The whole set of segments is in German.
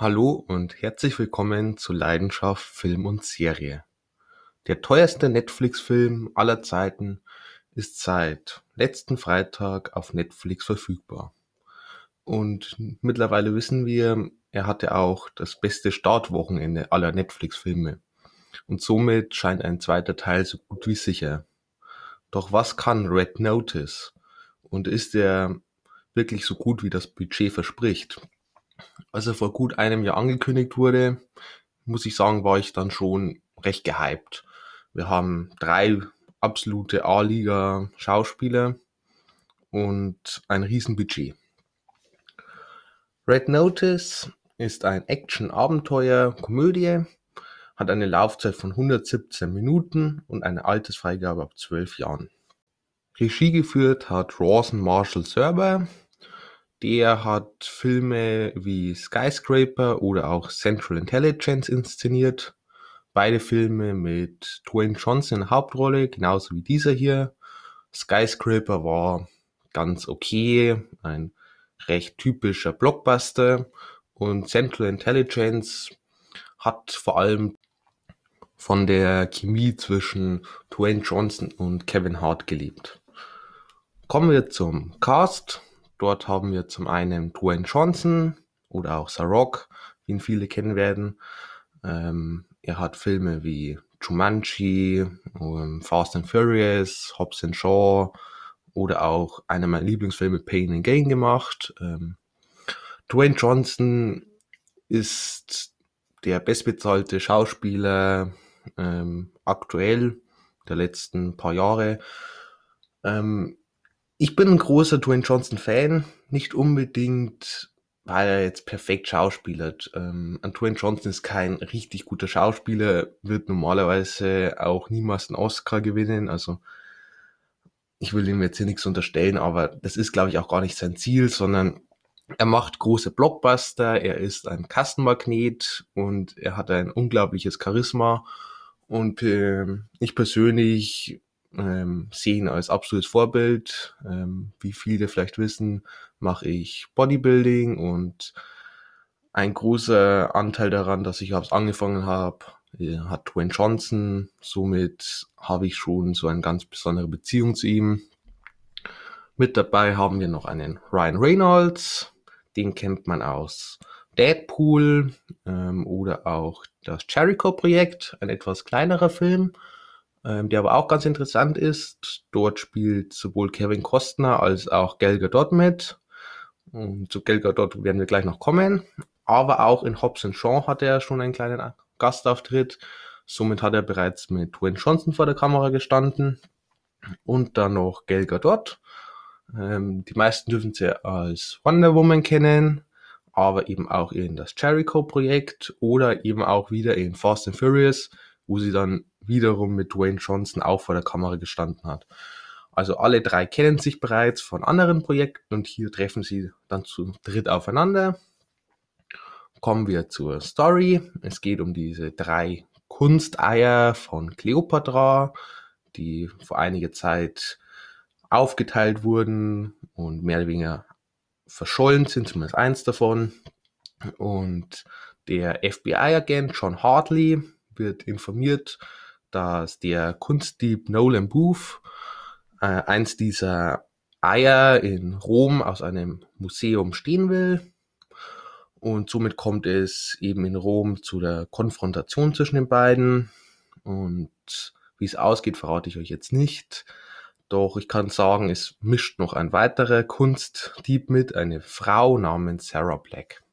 Hallo und herzlich willkommen zu Leidenschaft Film und Serie. Der teuerste Netflix-Film aller Zeiten ist seit letzten Freitag auf Netflix verfügbar. Und mittlerweile wissen wir, er hatte auch das beste Startwochenende aller Netflix-Filme. Und somit scheint ein zweiter Teil so gut wie sicher. Doch was kann Red Notice? Und ist er wirklich so gut, wie das Budget verspricht? Als er vor gut einem Jahr angekündigt wurde, muss ich sagen, war ich dann schon recht gehypt. Wir haben drei absolute A-Liga-Schauspieler und ein Riesenbudget. Red Notice ist ein Action-Abenteuer-Komödie, hat eine Laufzeit von 117 Minuten und eine Altersfreigabe ab 12 Jahren. Regie geführt hat Rawson Marshall Serber. Der hat Filme wie Skyscraper oder auch Central Intelligence inszeniert. Beide Filme mit Dwayne Johnson in der Hauptrolle, genauso wie dieser hier. Skyscraper war ganz okay, ein recht typischer Blockbuster. Und Central Intelligence hat vor allem von der Chemie zwischen Dwayne Johnson und Kevin Hart gelebt. Kommen wir zum Cast. Dort haben wir zum einen Dwayne Johnson oder auch The Rock, wie ihn viele kennen werden. Er hat Filme wie Jumanji, Fast and Furious, Hobbs and Shaw oder auch einer meiner Lieblingsfilme Pain and Gain gemacht. Dwayne Johnson ist der bestbezahlte Schauspieler aktuell der letzten paar Jahre. Ich bin ein großer Dwayne Johnson-Fan, nicht unbedingt, weil er jetzt perfekt schauspielert. Dwayne Johnson ist kein richtig guter Schauspieler, wird normalerweise auch niemals einen Oscar gewinnen. Also ich will ihm jetzt hier nichts unterstellen, aber das ist, glaube ich, auch gar nicht sein Ziel, sondern er macht große Blockbuster, er ist ein Kassenmagnet und er hat ein unglaubliches Charisma. Und ich persönlich sehe ihn als absolutes Vorbild. Wie viele vielleicht wissen, mache ich Bodybuilding und ein großer Anteil daran, dass ich überhaupt angefangen habe, hat Dwayne Johnson. Somit habe ich schon so eine ganz besondere Beziehung zu ihm. Mit dabei haben wir noch einen Ryan Reynolds, den kennt man aus Deadpool oder auch das Jericho-Projekt, ein etwas kleinerer Film, der aber auch ganz interessant ist. Dort spielt sowohl Kevin Costner als auch Gal Gadot mit. Und zu Gal Gadot werden wir gleich noch kommen. Aber auch in Hobbs and Shaw hat er schon einen kleinen Gastauftritt. Somit hat er bereits mit Dwayne Johnson vor der Kamera gestanden. Und dann noch Gal Gadot. Die meisten dürfen sie als Wonder Woman kennen, aber eben auch in das Jericho-Projekt oder eben auch wieder in Fast and Furious, wo sie dann wiederum mit Dwayne Johnson auch vor der Kamera gestanden hat. Also alle drei kennen sich bereits von anderen Projekten und hier treffen sie dann zu dritt aufeinander. Kommen wir zur Story. Es geht um diese drei Kunsteier von Kleopatra, die vor einiger Zeit aufgeteilt wurden und mehr oder weniger verschollen sind, zumindest eins davon. Und der FBI-Agent John Hartley wird informiert, dass der Kunstdieb Nolan Booth eins dieser Eier in Rom aus einem Museum stehlen will. Und somit kommt es eben in Rom zu der Konfrontation zwischen den beiden. Und wie es ausgeht, verrate ich euch jetzt nicht. Doch ich kann sagen, es mischt noch ein weiterer Kunstdieb mit, eine Frau namens Sarah Black.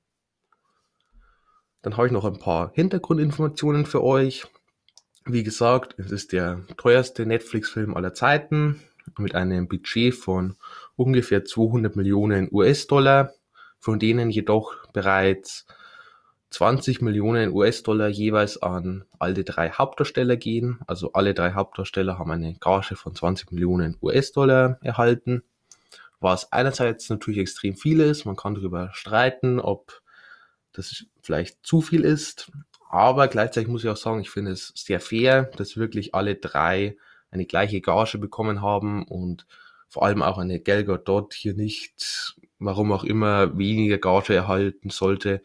Dann habe ich noch ein paar Hintergrundinformationen für euch. Wie gesagt, es ist der teuerste Netflix-Film aller Zeiten mit einem Budget von ungefähr 200 Millionen US-Dollar, von denen jedoch bereits 20 Millionen US-Dollar jeweils an alle drei Hauptdarsteller gehen. Also alle drei Hauptdarsteller haben eine Gage von 20 Millionen US-Dollar erhalten, was einerseits natürlich extrem viel ist. Man kann darüber streiten, ob das vielleicht zu viel ist. Aber gleichzeitig muss ich auch sagen, ich finde es sehr fair, dass wirklich alle drei eine gleiche Gage bekommen haben und vor allem auch eine Gal Gadot hier nicht, warum auch immer, weniger Gage erhalten sollte,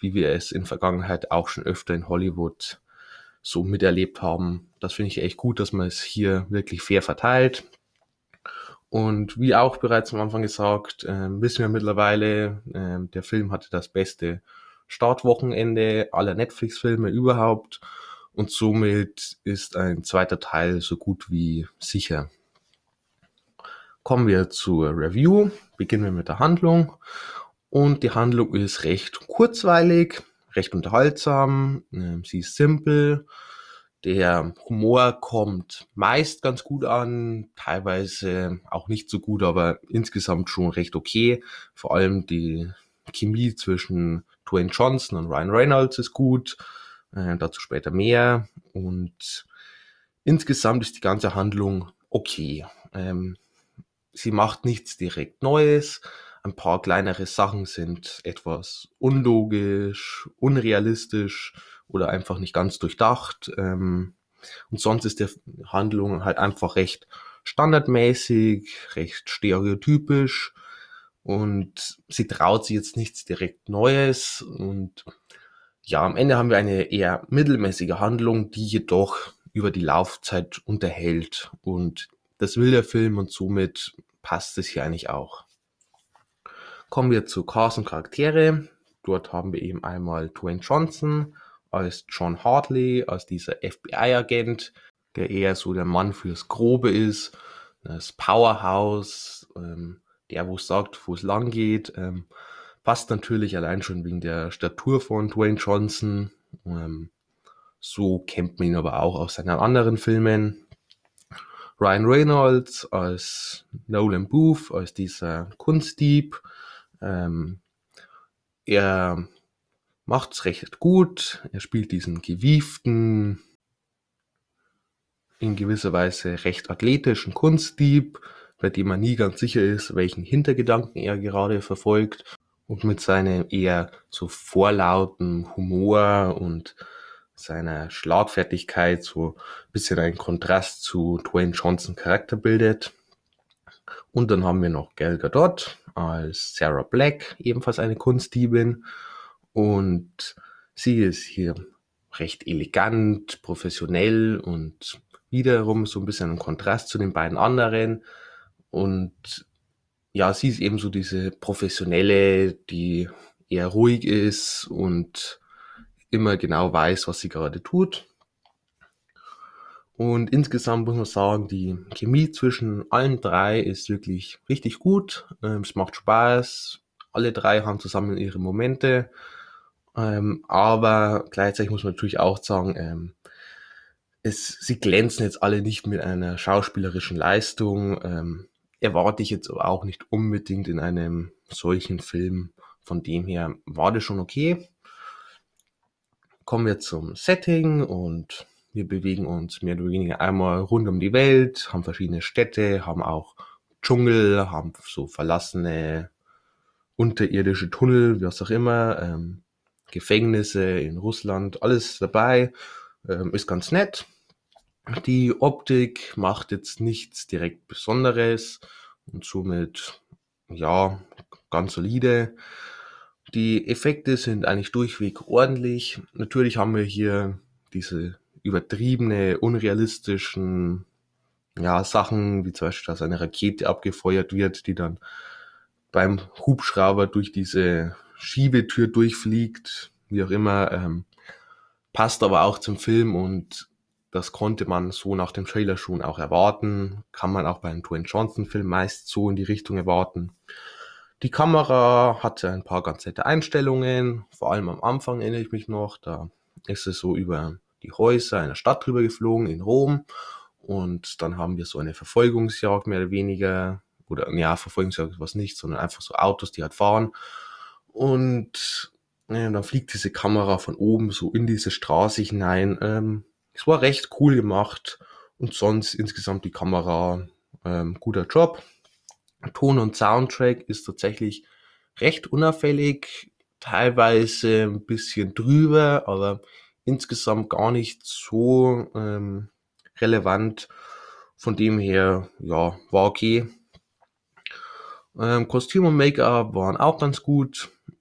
wie wir es in Vergangenheit auch schon öfter in Hollywood so miterlebt haben. Das finde ich echt gut, dass man es hier wirklich fair verteilt. Und wie auch bereits am Anfang gesagt, wissen wir mittlerweile, der Film hatte das beste Startwochenende aller Netflix-Filme überhaupt. Und somit ist ein zweiter Teil so gut wie sicher. Kommen wir zur Review. Beginnen wir mit der Handlung. Und die Handlung ist recht kurzweilig, recht unterhaltsam. Sie ist simpel. Der Humor kommt meist ganz gut an, teilweise auch nicht so gut, aber insgesamt schon recht okay. Vor allem die Chemie zwischen Dwayne Johnson und Ryan Reynolds ist gut. Dazu später mehr. Und insgesamt ist die ganze Handlung okay. Sie macht nichts direkt Neues. Ein paar kleinere Sachen sind etwas unlogisch, unrealistisch oder einfach nicht ganz durchdacht. Und sonst ist die Handlung halt einfach recht standardmäßig, recht stereotypisch und sie traut sich jetzt nichts direkt Neues. Und ja, am Ende haben wir eine eher mittelmäßige Handlung, die jedoch über die Laufzeit unterhält. Und das will der Film und somit passt es hier eigentlich auch. Kommen wir zu Cast und Charaktere. Dort haben wir eben einmal Dwayne Johnson als John Hartley, als dieser FBI-Agent, der eher so der Mann fürs Grobe ist, das Powerhouse, der wo sagt, wo es lang geht. Passt natürlich allein schon wegen der Statur von Dwayne Johnson. So kennt man ihn aber auch aus seinen anderen Filmen. Ryan Reynolds als Nolan Booth, als dieser Kunstdieb. Er macht's recht gut. Er spielt diesen gewieften, in gewisser Weise recht athletischen Kunstdieb, bei dem man nie ganz sicher ist, welchen Hintergedanken er gerade verfolgt. Und mit seinem eher so vorlauten Humor und seiner Schlagfertigkeit so ein bisschen einen Kontrast zu Dwayne Johnson Charakter bildet. Und dann haben wir noch Gal Gadot als Sarah Black, ebenfalls eine Kunstdiebin. Und sie ist hier recht elegant, professionell und wiederum so ein bisschen ein Kontrast zu den beiden anderen. Und ja, sie ist eben so diese Professionelle, die eher ruhig ist und immer genau weiß, was sie gerade tut. Und insgesamt muss man sagen, die Chemie zwischen allen drei ist wirklich richtig gut. Es macht Spaß. Alle drei haben zusammen ihre Momente. Aber gleichzeitig muss man natürlich auch sagen, sie glänzen jetzt alle nicht mit einer schauspielerischen Leistung. Erwarte ich jetzt aber auch nicht unbedingt in einem solchen Film. Von dem her war das schon okay. Kommen wir zum Setting und wir bewegen uns mehr oder weniger einmal rund um die Welt, haben verschiedene Städte, haben auch Dschungel, haben so verlassene unterirdische Tunnel, wie auch immer, Gefängnisse in Russland, alles dabei, ist ganz nett. Die Optik macht jetzt nichts direkt Besonderes und somit, ja, ganz solide. Die Effekte sind eigentlich durchweg ordentlich. Natürlich haben wir hier diese übertriebene, unrealistischen, ja, Sachen, wie zum Beispiel, dass eine Rakete abgefeuert wird, die dann beim Hubschrauber durch diese Schiebetür durchfliegt, wie auch immer, passt aber auch zum Film und das konnte man so nach dem Trailer schon auch erwarten. Kann man auch bei einem Dwayne Johnson Film meist so in die Richtung erwarten. Die Kamera hatte ein paar ganz nette Einstellungen, vor allem am Anfang erinnere ich mich noch, da ist es so über die Häuser einer Stadt drüber geflogen in Rom und dann haben wir so eine Verfolgungsjagd mehr oder weniger, oder ja, Verfolgungsjagd war es nicht, sondern einfach so Autos, die halt fahren und dann fliegt diese Kamera von oben so in diese Straße hinein. Es war recht cool gemacht und sonst insgesamt die Kamera, guter Job. Ton und Soundtrack ist tatsächlich recht unauffällig, teilweise ein bisschen drüber, aber insgesamt gar nicht so relevant. Von dem her, ja, war okay. Kostüm und Make-up waren auch ganz gut.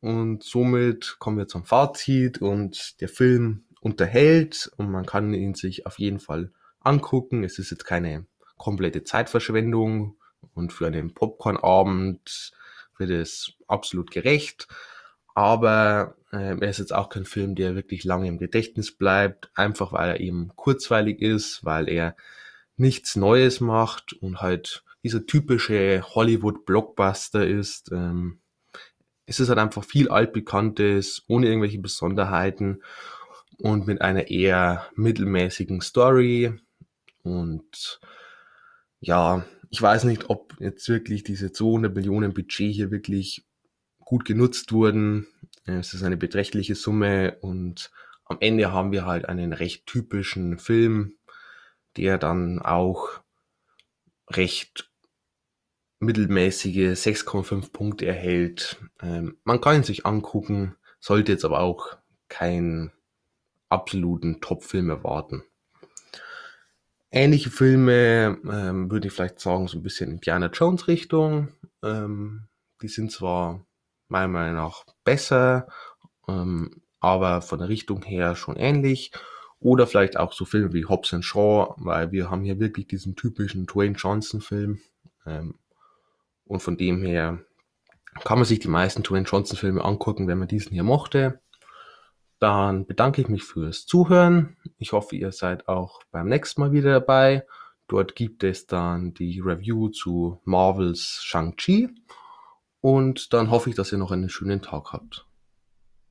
und somit kommen wir zum Fazit und der Film unterhält und man kann ihn sich auf jeden Fall angucken. Es ist jetzt keine komplette Zeitverschwendung und für einen Popcorn-Abend wird es absolut gerecht. Aber er ist jetzt auch kein Film, der wirklich lange im Gedächtnis bleibt, einfach weil er eben kurzweilig ist, weil er nichts Neues macht und halt dieser typische Hollywood-Blockbuster ist. Es ist halt einfach viel Altbekanntes, ohne irgendwelche Besonderheiten und mit einer eher mittelmäßigen Story. Und ja, ich weiß nicht, ob jetzt wirklich diese 200 Millionen Budget hier wirklich gut genutzt wurden. Es ist eine beträchtliche Summe und am Ende haben wir halt einen recht typischen Film, der dann auch recht mittelmäßige 6,5 Punkte erhält. Man kann ihn sich angucken, sollte jetzt aber auch keinen absoluten Top-Film erwarten. Ähnliche Filme würde ich vielleicht sagen, so ein bisschen Indiana Jones Richtung. Die sind zwar meiner Meinung nach besser, aber von der Richtung her schon ähnlich. Oder vielleicht auch so Filme wie Hobbs and Shaw, weil wir haben hier wirklich diesen typischen Dwayne Johnson Film. Und von dem her kann man sich die meisten Dwayne Johnson Filme angucken, wenn man diesen hier mochte. Dann bedanke ich mich fürs Zuhören. Ich hoffe, ihr seid auch beim nächsten Mal wieder dabei. Dort gibt es dann die Review zu Marvels Shang-Chi. Und dann hoffe ich, dass ihr noch einen schönen Tag habt.